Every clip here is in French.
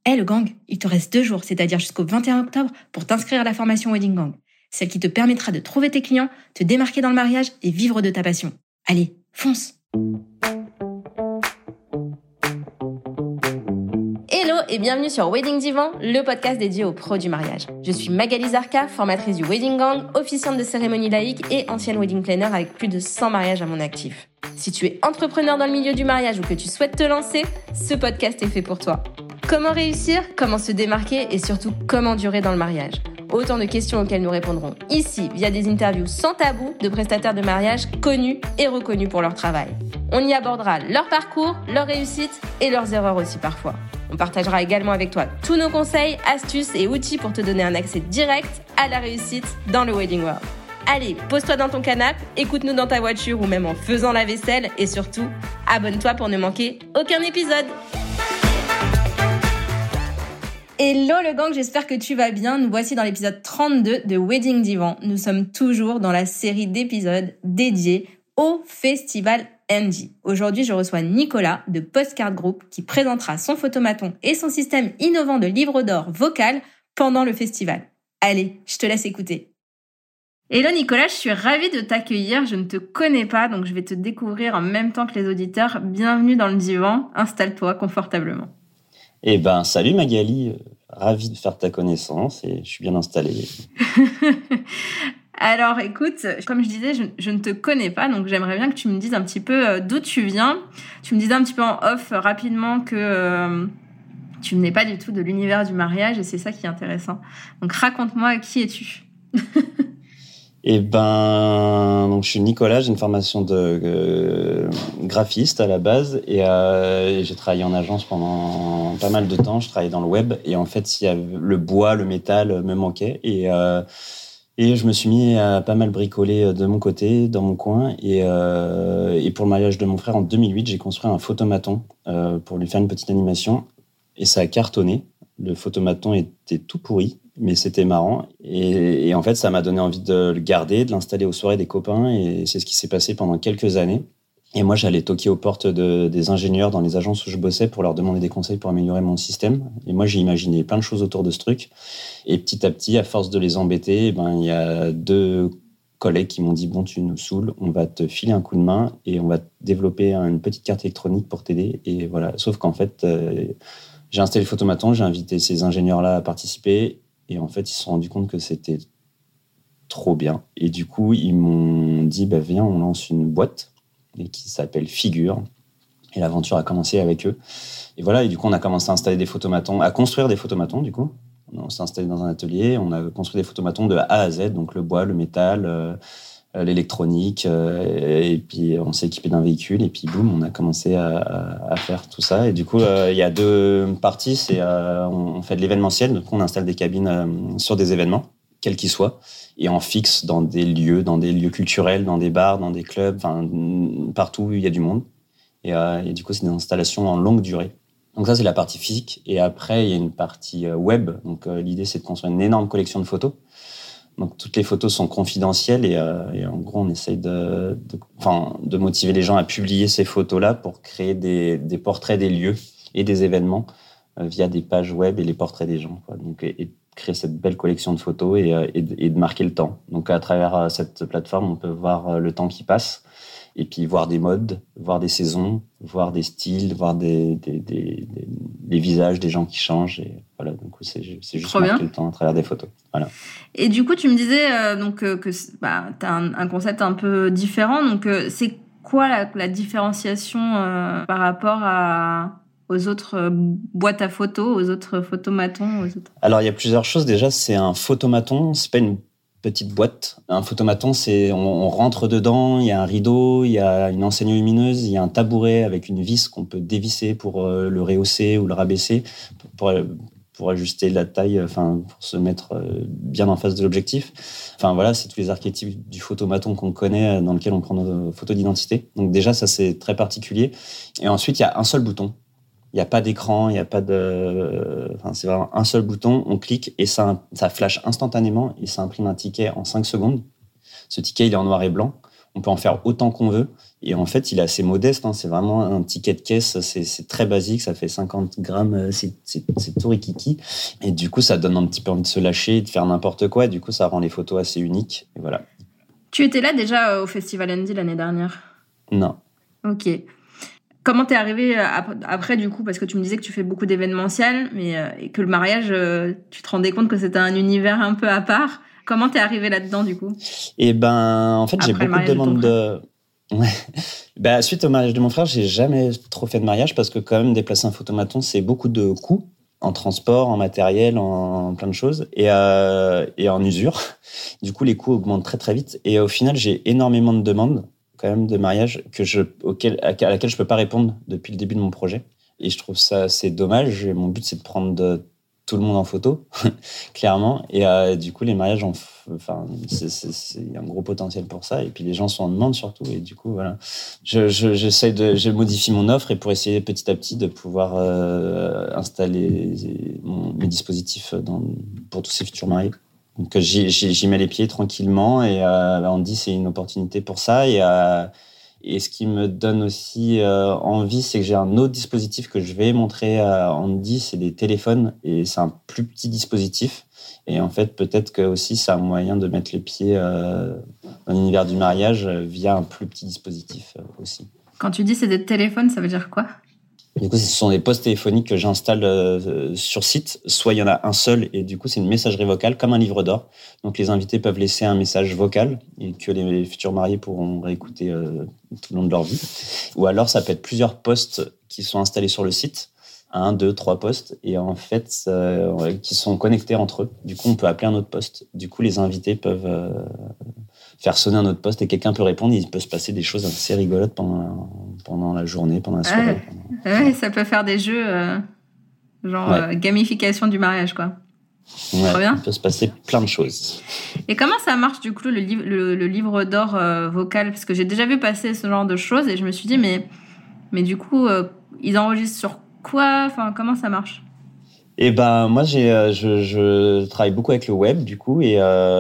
Le gang, il te reste 2 jours, c'est-à-dire jusqu'au 21 octobre, pour t'inscrire à la formation Wedding Gang. Celle qui te permettra de trouver tes clients, te démarquer dans le mariage et vivre de ta passion. Allez, fonce! Hello et bienvenue sur Wedding Divan, le podcast dédié aux pros du mariage. Je suis Magali Zarka, formatrice du Wedding Gang, officiante de cérémonie laïque et ancienne wedding planner avec plus de 100 mariages à mon actif. Si tu es entrepreneur dans le milieu du mariage ou que tu souhaites te lancer, ce podcast est fait pour toi. Comment réussir, comment se démarquer et surtout comment durer dans le mariage. Autant de questions auxquelles nous répondrons ici via des interviews sans tabou de prestataires de mariage connus et reconnus pour leur travail. On y abordera leur parcours, leurs réussites et leurs erreurs aussi parfois. On partagera également avec toi tous nos conseils, astuces et outils pour te donner un accès direct à la réussite dans le Wedding World. Allez, pose-toi dans ton canapé, écoute-nous dans ta voiture ou même en faisant la vaisselle et surtout, abonne-toi pour ne manquer aucun épisode. Hello le gang, j'espère que tu vas bien. Nous voici dans l'épisode 32 de Wedding Divan. Nous sommes toujours dans la série d'épisodes dédiés au Festival NG. Aujourd'hui, je reçois Nicolas de Postcard Group qui présentera son photomaton et son système innovant de livre d'or vocal pendant le festival. Allez, je te laisse écouter. Hello Nicolas, je suis ravie de t'accueillir. Je ne te connais pas, donc je vais te découvrir en même temps que les auditeurs. Bienvenue dans le divan, installe-toi confortablement. Salut Magali, ravi de faire ta connaissance et je suis bien installé. Alors écoute, comme je disais, je ne te connais pas, donc j'aimerais bien que tu me dises un petit peu d'où tu viens. Tu me disais un petit peu en off rapidement que tu venais pas du tout de l'univers du mariage et c'est ça qui est intéressant. Donc raconte-moi, qui es-tu ? Donc je suis Nicolas, j'ai une formation de graphiste à la base et j'ai travaillé en agence pendant pas mal de temps. Je travaillais dans le web et en fait, le bois, le métal me manquait et je me suis mis à pas mal bricoler de mon côté, dans mon coin et pour le mariage de mon frère en 2008, j'ai construit un photomaton pour lui faire une petite animation et ça a cartonné. Le photomaton était tout pourri, mais c'était marrant. Et en fait, ça m'a donné envie de le garder, de l'installer aux soirées des copains. Et c'est ce qui s'est passé pendant quelques années. Et moi, j'allais toquer aux portes des ingénieurs dans les agences où je bossais pour leur demander des conseils pour améliorer mon système. Et moi, j'ai imaginé plein de choses autour de ce truc. Et petit à petit, à force de les embêter, il y a 2 collègues qui m'ont dit « Bon, tu nous saoules, on va te filer un coup de main et on va développer une petite carte électronique pour t'aider. » Et voilà. Sauf qu'en fait... j'ai installé le photomaton, j'ai invité ces ingénieurs-là à participer et en fait, ils se sont rendus compte que c'était trop bien. Et du coup, ils m'ont dit « Viens, on lance une boîte qui s'appelle Figure ». Et l'aventure a commencé avec eux. Et voilà, et du coup, on a commencé à installer des photomatons, à construire des photomatons, du coup. On s'est installé dans un atelier, on a construit des photomatons de A à Z, donc le bois, le métal... l'électronique, et puis on s'est équipé d'un véhicule, et puis boum, on a commencé à faire tout ça. Et du coup, il y a 2 parties, on fait de l'événementiel, donc on installe des cabines sur des événements, quels qu'ils soient, et on fixe dans des lieux culturels, dans des bars, dans des clubs, partout où il y a du monde. Et du coup, c'est des installations en longue durée. Donc ça, c'est la partie physique. Et après, il y a une partie web. Donc l'idée, c'est de construire une énorme collection de photos. Donc, toutes les photos sont confidentielles et en gros, on essaye de motiver les gens à publier ces photos-là pour créer des portraits des lieux et des événements via des pages web et les portraits des gens, quoi. Donc, et créer cette belle collection de photos et de marquer le temps. Donc, à travers cette plateforme, on peut voir le temps qui passe et puis voir des modes, voir des saisons, voir des styles, voir des visages des gens qui changent. Et voilà, donc c'est juste marquer le temps à travers des photos. Voilà. Et du coup, tu me disais que tu as un concept un peu différent. Donc, c'est quoi la différenciation par rapport aux autres boîtes à photos, aux autres photomatons Alors, il y a plusieurs choses. Déjà, c'est un photomaton, c'est pas une petite boîte. Un photomaton, on rentre dedans, il y a un rideau, il y a une enseigne lumineuse, il y a un tabouret avec une vis qu'on peut dévisser pour le rehausser ou le rabaisser, pour ajuster la taille, pour se mettre bien en face de l'objectif. Voilà, c'est tous les archétypes du photomaton qu'on connaît, dans lequel on prend nos photos d'identité. Donc déjà, ça, c'est très particulier. Et ensuite, il y a un seul bouton. Il n'y a pas d'écran, il n'y a pas de... c'est vraiment un seul bouton, on clique et ça flash instantanément et ça imprime un ticket en 5 secondes. Ce ticket, il est en noir et blanc. on peut en faire autant qu'on veut. Et en fait, il est assez modeste. Hein. C'est vraiment un ticket de caisse. C'est très basique. Ça fait 50 grammes. C'est tout rikiki. Et du coup, ça donne un petit peu envie de se lâcher, de faire n'importe quoi. Et du coup, ça rend les photos assez uniques. Et voilà. Tu étais là déjà au Festival Andy l'année dernière? Non. Ok. Comment t'es arrivé après, du coup, parce que tu me disais que tu fais beaucoup d'événementiel, mais et que le mariage, tu te rendais compte que c'était un univers un peu à part. Comment t'es arrivé là-dedans, du coup? Et en fait, j'ai beaucoup de demandes de... Ouais. Suite au mariage de mon frère, j'ai jamais trop fait de mariage parce que quand même, déplacer un photomaton, c'est beaucoup de coûts en transport, en matériel, en plein de choses et en usure. Du coup, les coûts augmentent très, très vite. Et au final, j'ai énormément de demandes quand même de mariage à laquelle je peux pas répondre depuis le début de mon projet. Et je trouve ça assez dommage. Et mon but, c'est de prendre tout le monde en photo, clairement. Et du coup, les mariages, il y a un gros potentiel pour ça. Et puis, les gens sont en demande surtout. Et du coup, voilà. Je modifie mon offre et pour essayer petit à petit de pouvoir installer mes dispositifs pour tous ces futurs mariés. Donc, j'y mets les pieds tranquillement et Andy, c'est une opportunité pour ça. Et ce qui me donne aussi envie, c'est que j'ai un autre dispositif que je vais montrer à Andy, c'est des téléphones et c'est un plus petit dispositif. Et en fait, peut-être que aussi, c'est un moyen de mettre les pieds dans l'univers du mariage via un plus petit dispositif aussi. Quand tu dis c'est des téléphones, ça veut dire quoi ? Du coup, ce sont des postes téléphoniques que j'installe sur site. Soit il y en a un seul et du coup, c'est une messagerie vocale comme un livre d'or. Donc, les invités peuvent laisser un message vocal et que les futurs mariés pourront réécouter tout le long de leur vie. Ou alors, ça peut être plusieurs postes qui sont installés sur le site. 1, 2, 3 postes et en fait, qui sont connectés entre eux. Du coup, on peut appeler un autre poste. Du coup, les invités peuvent faire sonner un autre poste et quelqu'un peut répondre. Il peut se passer des choses assez rigolotes pendant la journée, pendant la soirée. Ouais, ça peut faire des jeux gamification du mariage, quoi. Ouais, trop bien. Il peut se passer plein de choses. Et comment ça marche, du coup, le livre d'or vocal ? Parce que j'ai déjà vu passer ce genre de choses et je me suis dit, mais du coup, ils enregistrent sur quoi ? Enfin, comment ça marche ? Et moi, je travaille beaucoup avec le web, du coup, et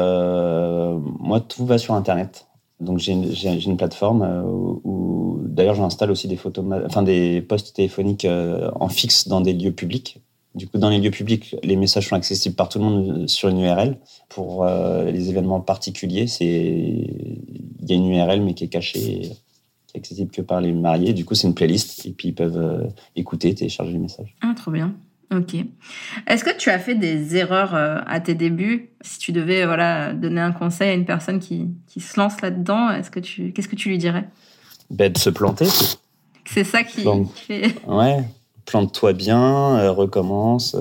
moi, tout va sur Internet. Donc, j'ai une plateforme où d'ailleurs, j'installe aussi des postes téléphoniques en fixe dans des lieux publics. Du coup, dans les lieux publics, les messages sont accessibles par tout le monde sur une URL. Pour les événements particuliers, il y a une URL, mais qui est cachée, qui est accessible que par les mariés. Du coup, c'est une playlist, et puis ils peuvent écouter, télécharger les messages. Ah, trop bien. Ok. Est-ce que tu as fait des erreurs à tes débuts ? Si tu devais donner un conseil à une personne qui se lance là-dedans, qu'est-ce que tu lui dirais ? De se planter. C'est ça qui fait... Ouais, plante-toi bien, recommence.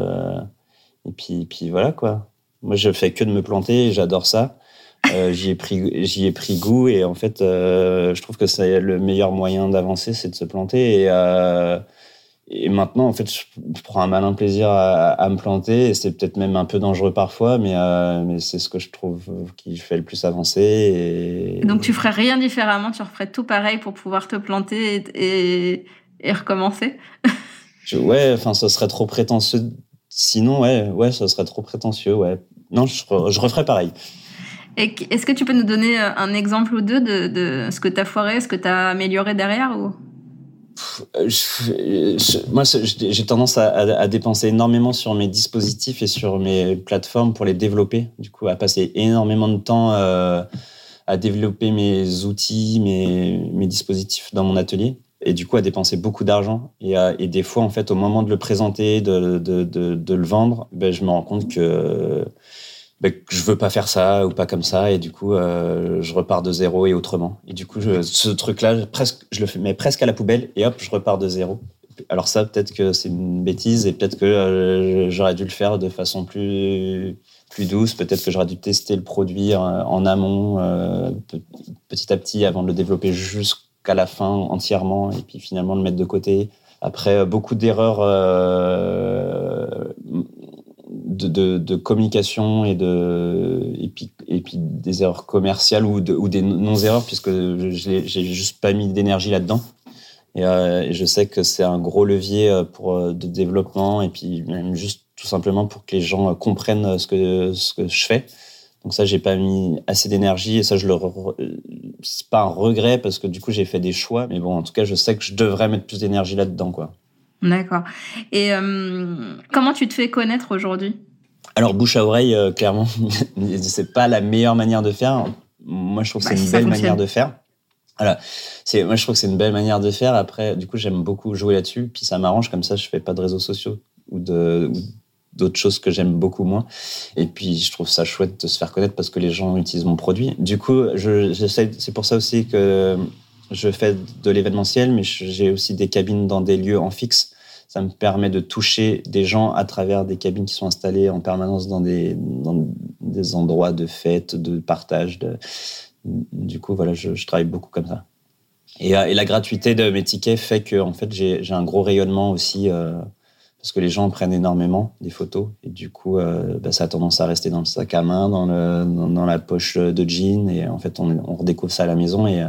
Et puis voilà, quoi. Moi, je fais que de me planter et j'adore ça. J'y ai pris goût et en fait, je trouve que c'est le meilleur moyen d'avancer, c'est de se planter. Et maintenant, en fait, je prends un malin plaisir à me planter. Et c'est peut-être même un peu dangereux parfois, mais c'est ce que je trouve qui fait le plus avancer. Et donc, tu ferais rien différemment, tu referais tout pareil pour pouvoir te planter et recommencer ? Ouais, enfin, ça serait trop prétentieux. Sinon, ouais, ça serait trop prétentieux, ouais. Non, je referais pareil. Et est-ce que tu peux nous donner un exemple ou deux de ce que tu as foiré, ce que tu as amélioré derrière ou... Moi, j'ai tendance à dépenser énormément sur mes dispositifs et sur mes plateformes pour les développer. Du coup, à passer énormément de temps à développer mes outils, mes dispositifs dans mon atelier. Et du coup, à dépenser beaucoup d'argent. Et des fois, en fait, au moment de le présenter, de le vendre, je me rends compte que je veux pas faire ça ou pas comme ça. Et du coup, je repars de zéro et autrement. Et du coup, ce truc-là, je le mets presque à la poubelle et hop, je repars de zéro. Alors ça, peut-être que c'est une bêtise et peut-être que j'aurais dû le faire de façon plus douce. Peut-être que j'aurais dû tester le produit en amont, petit à petit, avant de le développer jusqu'à la fin entièrement et puis finalement le mettre de côté. Après, beaucoup d'erreurs de communication et puis des erreurs commerciales ou des non-erreurs puisque j'ai juste pas mis d'énergie là-dedans. Et je sais que c'est un gros levier de développement et puis même juste tout simplement pour que les gens comprennent ce que je fais. Donc ça, j'ai pas mis assez d'énergie et ça, c'est pas un regret parce que du coup, j'ai fait des choix. Mais bon, en tout cas, je sais que je devrais mettre plus d'énergie là-dedans, quoi. D'accord. Et comment tu te fais connaître aujourd'hui ? Alors, bouche à oreille, clairement, c'est pas la meilleure manière de faire. Moi, je trouve que c'est une belle manière de faire. Voilà. Moi, je trouve que c'est une belle manière de faire. Après, du coup, j'aime beaucoup jouer là-dessus. Puis ça m'arrange, comme ça, je fais pas de réseaux sociaux ou d'autres choses que j'aime beaucoup moins. Et puis, je trouve ça chouette de se faire connaître parce que les gens utilisent mon produit. Du coup, c'est pour ça aussi que je fais de l'événementiel, mais j'ai aussi des cabines dans des lieux en fixe. Ça me permet de toucher des gens à travers des cabines qui sont installées en permanence dans des endroits de fête, de partage. Du coup, voilà, je travaille beaucoup comme ça. Et la gratuité de mes tickets fait que, en fait, j'ai un gros rayonnement aussi, parce que les gens prennent énormément des photos. Et du coup, ça a tendance à rester dans le sac à main, dans la poche de jean. Et en fait, on redécouvre ça à la maison et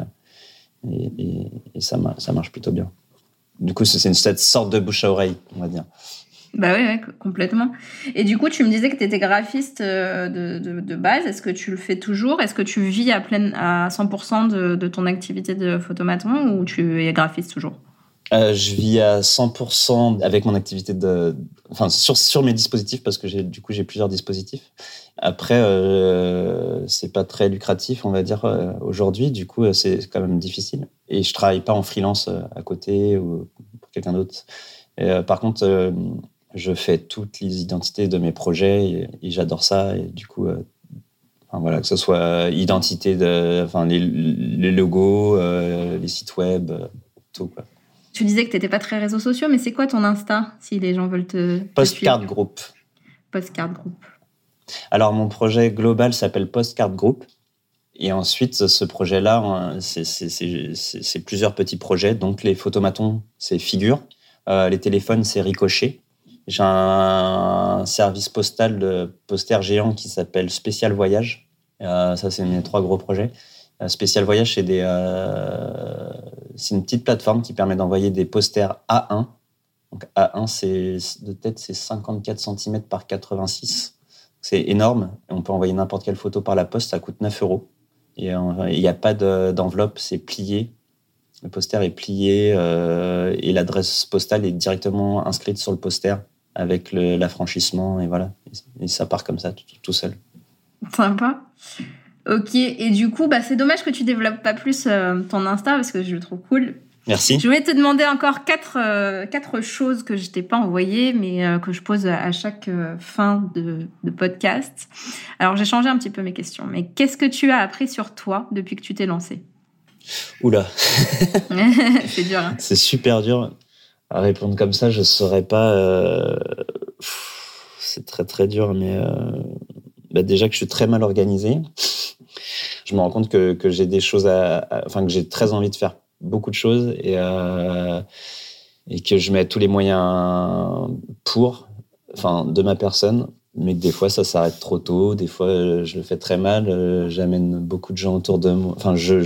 ça marche plutôt bien. Du coup, c'est cette sorte de bouche à oreille, on va dire. Bah oui, complètement. Et du coup, tu me disais que tu étais graphiste de base. Est-ce que tu le fais toujours ? Est-ce que tu vis à 100% de ton activité de photomaton ou tu es graphiste toujours ? Je vis à 100% avec mon activité sur mes dispositifs parce que j'ai plusieurs dispositifs. Après, c'est pas très lucratif, on va dire, aujourd'hui. Du coup, c'est quand même difficile. Et je travaille pas en freelance à côté ou pour quelqu'un d'autre. Par contre, je fais toutes les identités de mes projets et j'adore ça. Et du coup, voilà, que ce soit identité les logos, les sites web, tout quoi. Tu disais que tu n'étais pas très réseaux sociaux, mais c'est quoi ton Insta, si les gens veulent te Postcard Group. Postcard Group. Alors, mon projet global s'appelle Postcard Group. Et ensuite, ce projet-là, c'est plusieurs petits projets. Donc, les photomatons, c'est Figure. Les téléphones, c'est Ricochet. J'ai un service postal de poster géant qui s'appelle Spécial Voyage. Ça, c'est mes 3 gros projets. Spécial Voyage, c'est une petite plateforme qui permet d'envoyer des posters A1. Donc A1, de tête, c'est 54 cm par 86. C'est énorme. On peut envoyer n'importe quelle photo par la poste. Ça coûte 9 €. Et il n'y a pas d'enveloppe. C'est plié. Le poster est plié et l'adresse postale est directement inscrite sur le poster avec l'affranchissement. Et voilà. Et ça part comme ça, tout seul. Sympa. Ok, et du coup, c'est dommage que tu développes pas plus ton Insta parce que je le trouve cool. Merci. Je voulais te demander encore 4 choses que je t'ai pas envoyées, mais que je pose à chaque fin de podcast. Alors, j'ai changé un petit peu mes questions, mais qu'est-ce que tu as appris sur toi depuis que tu t'es lancée ? Oula. C'est dur, hein ? C'est super dur. À répondre comme ça, je saurais pas. C'est très, très dur, mais déjà que je suis très mal organisé. Je me rends compte que j'ai des choses que j'ai très envie de faire beaucoup de choses et que je mets tous les moyens de ma personne, mais que des fois ça s'arrête trop tôt, des fois je le fais très mal, j'amène beaucoup de gens autour de moi,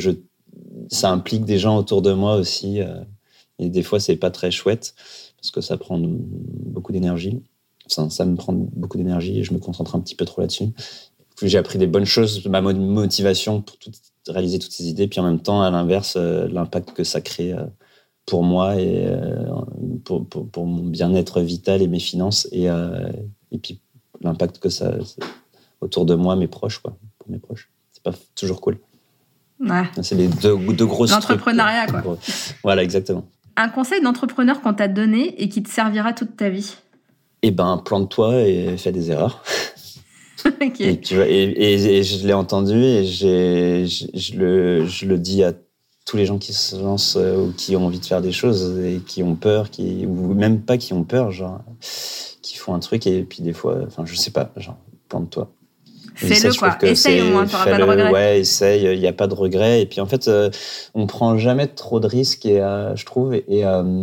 ça implique des gens autour de moi aussi et des fois c'est pas très chouette parce que ça prend beaucoup d'énergie, ça me prend beaucoup d'énergie et je me concentre un petit peu trop là-dessus. Puis j'ai appris des bonnes choses, ma motivation pour réaliser toutes ces idées, puis en même temps, à l'inverse, l'impact que ça crée pour moi et pour mon bien-être vital et mes finances, et puis l'impact que ça autour de moi, mes proches, quoi, pour mes proches. C'est pas toujours cool. Ouais. C'est les deux grosses l'entrepreneuriat, trucs, quoi. Voilà, exactement. Un conseil d'entrepreneur qu'on t'a donné et qui te servira toute ta vie ? Plante-toi et fais des erreurs. Okay. Et, tu vois, et je l'ai entendu et je le dis à tous les gens qui se lancent ou qui ont envie de faire des choses et qui ont peur, ou même pas qui ont peur, genre, qui font un truc et puis des fois, je sais pas, genre, plante-toi. Fais-le, quoi. Essaye au moins, t'auras pas de regret. Ouais, essaye, il n'y a pas de regret. Et puis en fait, on prend jamais trop de risques, je trouve. Et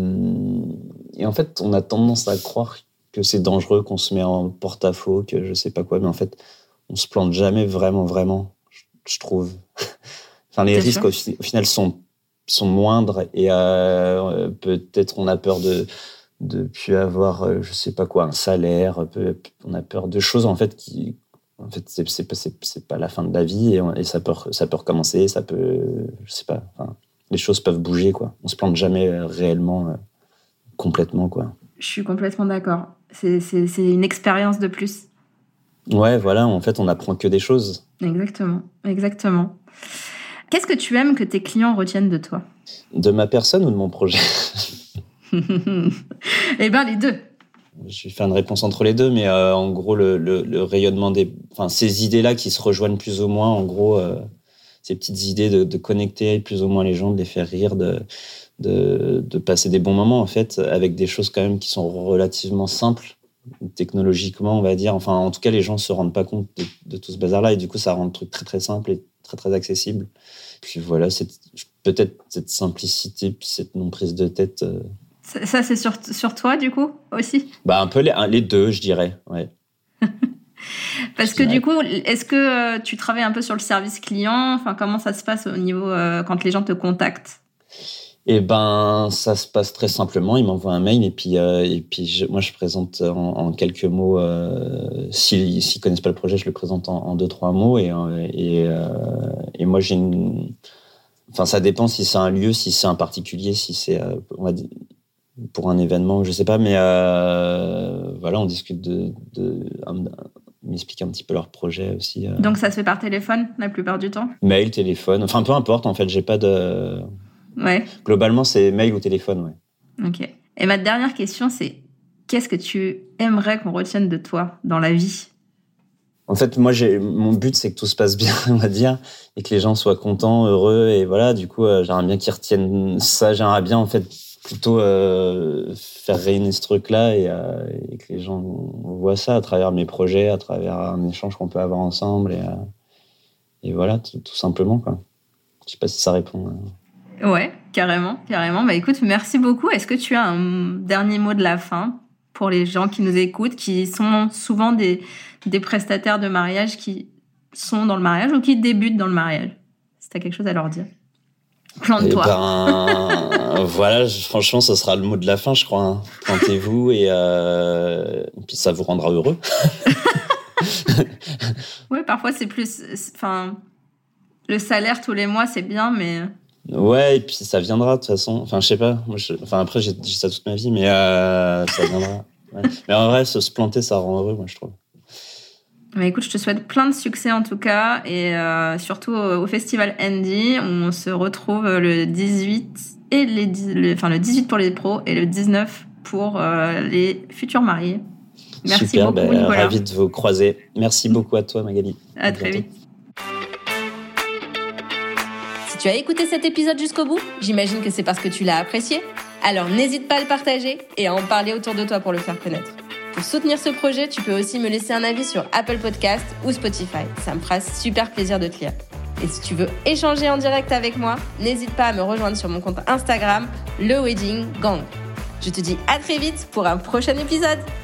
en fait, on a tendance à croire que c'est dangereux, qu'on se met en porte-à-faux, que je sais pas quoi, mais en fait, on se plante jamais vraiment, je trouve. Les risques, au final, sont moindres et peut-être on a peur de plus avoir, je sais pas quoi, un salaire, on a peur de choses, en fait, En fait, c'est pas la fin de la vie et ça peut recommencer, ça peut, je sais pas. Enfin, les choses peuvent bouger, quoi. On se plante jamais réellement, complètement, quoi. Je suis complètement d'accord. C'est une expérience de plus. Ouais, voilà. En fait, on n'apprend que des choses. Exactement. Qu'est-ce que tu aimes que tes clients retiennent de toi ? De ma personne ou de mon projet ? Eh bien, les deux. Je vais faire une réponse entre les deux, mais en gros, le rayonnement ces idées-là qui se rejoignent plus ou moins, en gros, ces petites idées de connecter plus ou moins les gens, de les faire rire, de passer des bons moments, en fait, avec des choses quand même qui sont relativement simples, technologiquement, on va dire. Enfin, en tout cas, les gens se rendent pas compte de tout ce bazar-là, et du coup, ça rend le truc très, très simple et très, très accessible. Puis voilà, peut-être cette simplicité, puis cette non-prise de tête... Ça, c'est sur toi, du coup, aussi ? Un peu les deux, je dirais, ouais. Parce que du coup, est-ce que tu travailles un peu sur le service client ? Enfin, comment ça se passe au niveau quand les gens te contactent ? Ça se passe très simplement. Ils m'envoient un mail et puis moi, je présente en quelques mots. S'ils connaissent pas le projet, je le présente en 2-3 mots et moi, j'ai Enfin, ça dépend si c'est un lieu, si c'est un particulier, si c'est, on va dire, pour un événement, je sais pas, mais voilà, on discute m'explique un petit peu leur projet aussi. Donc ça se fait par téléphone la plupart du temps ? Mail, téléphone, enfin peu importe en fait, j'ai pas de... Ouais. Globalement, c'est mail ou téléphone, ouais. Ok. Et ma dernière question, c'est qu'est-ce que tu aimerais qu'on retienne de toi dans la vie ? En fait, moi, mon but, c'est que tout se passe bien, on va dire, et que les gens soient contents, heureux, et voilà. Du coup, j'aimerais bien qu'ils retiennent ça. J'aimerais bien, en fait, plutôt faire rayonner ce truc-là et que les gens voient ça à travers mes projets, à travers un échange qu'on peut avoir ensemble, et voilà, tout simplement, quoi. Je sais pas si ça répond. Ouais, carrément. Bah écoute, merci beaucoup. Est-ce que tu as un dernier mot de la fin pour les gens qui nous écoutent, qui sont souvent des prestataires de mariage qui sont dans le mariage ou qui débutent dans le mariage ? Si tu as quelque chose à leur dire. Plante-toi. Voilà, franchement, ça sera le mot de la fin, je crois. Hein. Plantez-vous et puis ça vous rendra heureux. Oui, parfois c'est plus... Enfin, le salaire tous les mois, c'est bien, mais... Ouais, et puis ça viendra de toute façon. Enfin, je sais pas. Après, j'ai dit ça toute ma vie, mais ça viendra. Ouais. Mais en vrai, se planter, ça rend heureux, moi, je trouve. Mais écoute, je te souhaite plein de succès en tout cas, et surtout au Festival Andy, où on se retrouve le 18 et le 18 pour les pros et le 19 pour les futurs mariés. Merci super, beaucoup, Nicolas. Ravi de vous croiser. Merci beaucoup à toi, Magali. À très vite. Si tu as écouté cet épisode jusqu'au bout, j'imagine que c'est parce que tu l'as apprécié. Alors n'hésite pas à le partager et à en parler autour de toi pour le faire connaître. Pour soutenir ce projet, tu peux aussi me laisser un avis sur Apple Podcast ou Spotify. Ça me fera super plaisir de te lire. Et si tu veux échanger en direct avec moi, n'hésite pas à me rejoindre sur mon compte Instagram, Le Wedding Gang. Je te dis à très vite pour un prochain épisode.